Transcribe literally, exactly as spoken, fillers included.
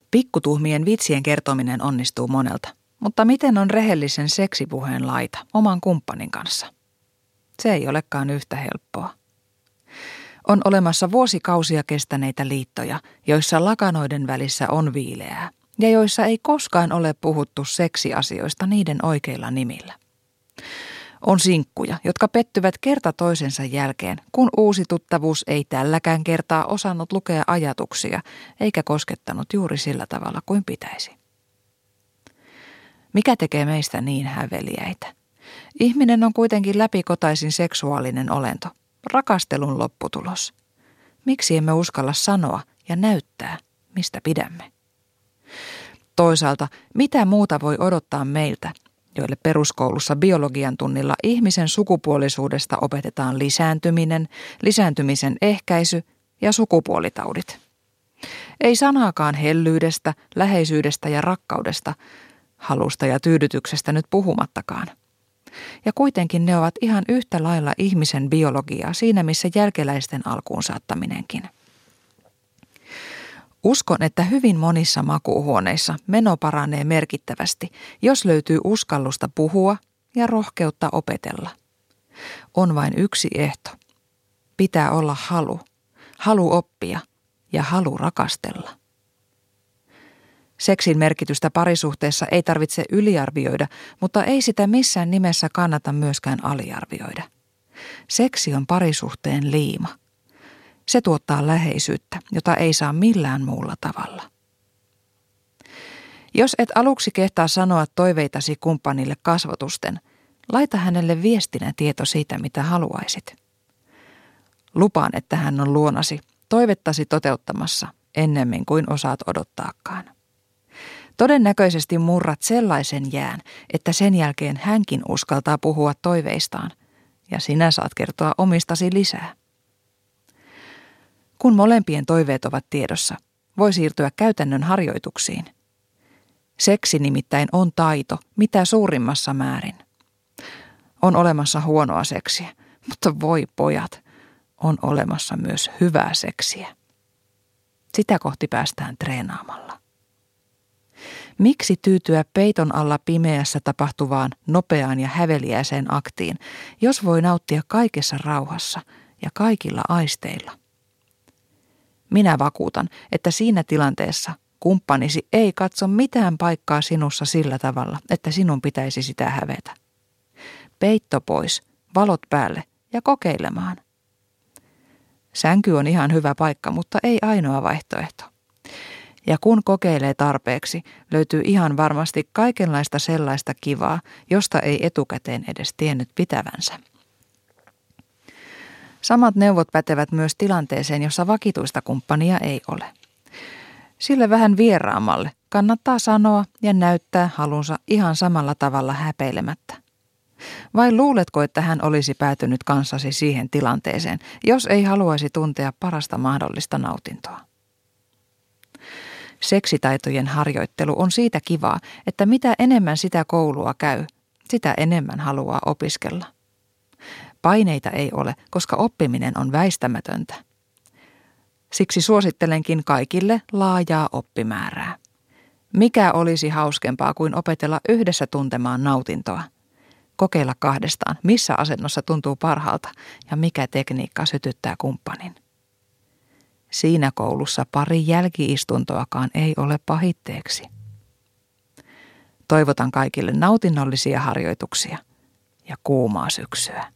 Pikkutuhmien vitsien kertominen onnistuu monelta, mutta miten on rehellisen seksipuheen laita oman kumppanin kanssa? Se ei olekaan yhtä helppoa. On olemassa vuosikausia kestäneitä liittoja, joissa lakanoiden välissä on viileää ja joissa ei koskaan ole puhuttu seksiasioista niiden oikeilla nimillä. On sinkkuja, jotka pettyvät kerta toisensa jälkeen, kun uusi tuttavuus ei tälläkään kertaa osannut lukea ajatuksia eikä koskettanut juuri sillä tavalla kuin pitäisi. Mikä tekee meistä niin häveliäitä? Ihminen on kuitenkin läpikotaisin seksuaalinen olento, rakastelun lopputulos. Miksi emme uskalla sanoa ja näyttää, mistä pidämme? Toisaalta, mitä muuta voi odottaa meiltä, joille peruskoulussa biologian tunnilla ihmisen sukupuolisuudesta opetetaan lisääntyminen, lisääntymisen ehkäisy ja sukupuolitaudit. Ei sanaakaan hellyydestä, läheisyydestä ja rakkaudesta, halusta ja tyydytyksestä nyt puhumattakaan. Ja kuitenkin ne ovat ihan yhtä lailla ihmisen biologiaa siinä missä jälkeläisten alkuun saattaminenkin. Uskon, että hyvin monissa makuuhuoneissa meno paranee merkittävästi, jos löytyy uskallusta puhua ja rohkeutta opetella. On vain yksi ehto. Pitää olla halu, halu oppia ja halu rakastella. Seksin merkitystä parisuhteessa ei tarvitse yliarvioida, mutta ei sitä missään nimessä kannata myöskään aliarvioida. Seksi on parisuhteen liima. Se tuottaa läheisyyttä, jota ei saa millään muulla tavalla. Jos et aluksi kehtaa sanoa toiveitasi kumppanille kasvotusten, laita hänelle viestinä tieto siitä, mitä haluaisit. Lupaan, että hän on luonasi, toivettasi toteuttamassa, ennemmin kuin osaat odottaakaan. Todennäköisesti murrat sellaisen jään, että sen jälkeen hänkin uskaltaa puhua toiveistaan, ja sinä saat kertoa omistasi lisää. Kun molempien toiveet ovat tiedossa, voi siirtyä käytännön harjoituksiin. Seksi nimittäin on taito, mitä suurimmassa määrin. On olemassa huonoa seksiä, mutta voi pojat, on olemassa myös hyvää seksiä. Sitä kohti päästään treenaamalla. Miksi tyytyä peiton alla pimeässä tapahtuvaan, nopeaan ja häveliäiseen aktiin, jos voi nauttia kaikessa rauhassa ja kaikilla aisteilla? Minä vakuutan, että siinä tilanteessa kumppanisi ei katso mitään paikkaa sinussa sillä tavalla, että sinun pitäisi sitä hävetä. Peitto pois, valot päälle ja kokeilemaan. Sänky on ihan hyvä paikka, mutta ei ainoa vaihtoehto. Ja kun kokeilee tarpeeksi, löytyy ihan varmasti kaikenlaista sellaista kivaa, josta ei etukäteen edes tiennyt pitävänsä. Samat neuvot pätevät myös tilanteeseen, jossa vakituista kumppania ei ole. Sille vähän vieraammalle kannattaa sanoa ja näyttää halunsa ihan samalla tavalla häpeilemättä. Vai luuletko, että hän olisi päätynyt kanssasi siihen tilanteeseen, jos ei haluaisi tuntea parasta mahdollista nautintoa? Seksitaitojen harjoittelu on siitä kivaa, että mitä enemmän sitä koulua käy, sitä enemmän haluaa opiskella. Paineita ei ole, koska oppiminen on väistämätöntä. Siksi suosittelenkin kaikille laajaa oppimäärää. Mikä olisi hauskempaa kuin opetella yhdessä tuntemaan nautintoa? Kokeilla kahdestaan, missä asennossa tuntuu parhaalta ja mikä tekniikka sytyttää kumppanin. Siinä koulussa pari jälkiistuntoakaan ei ole pahitteeksi. Toivotan kaikille nautinnollisia harjoituksia ja kuumaa syksyä.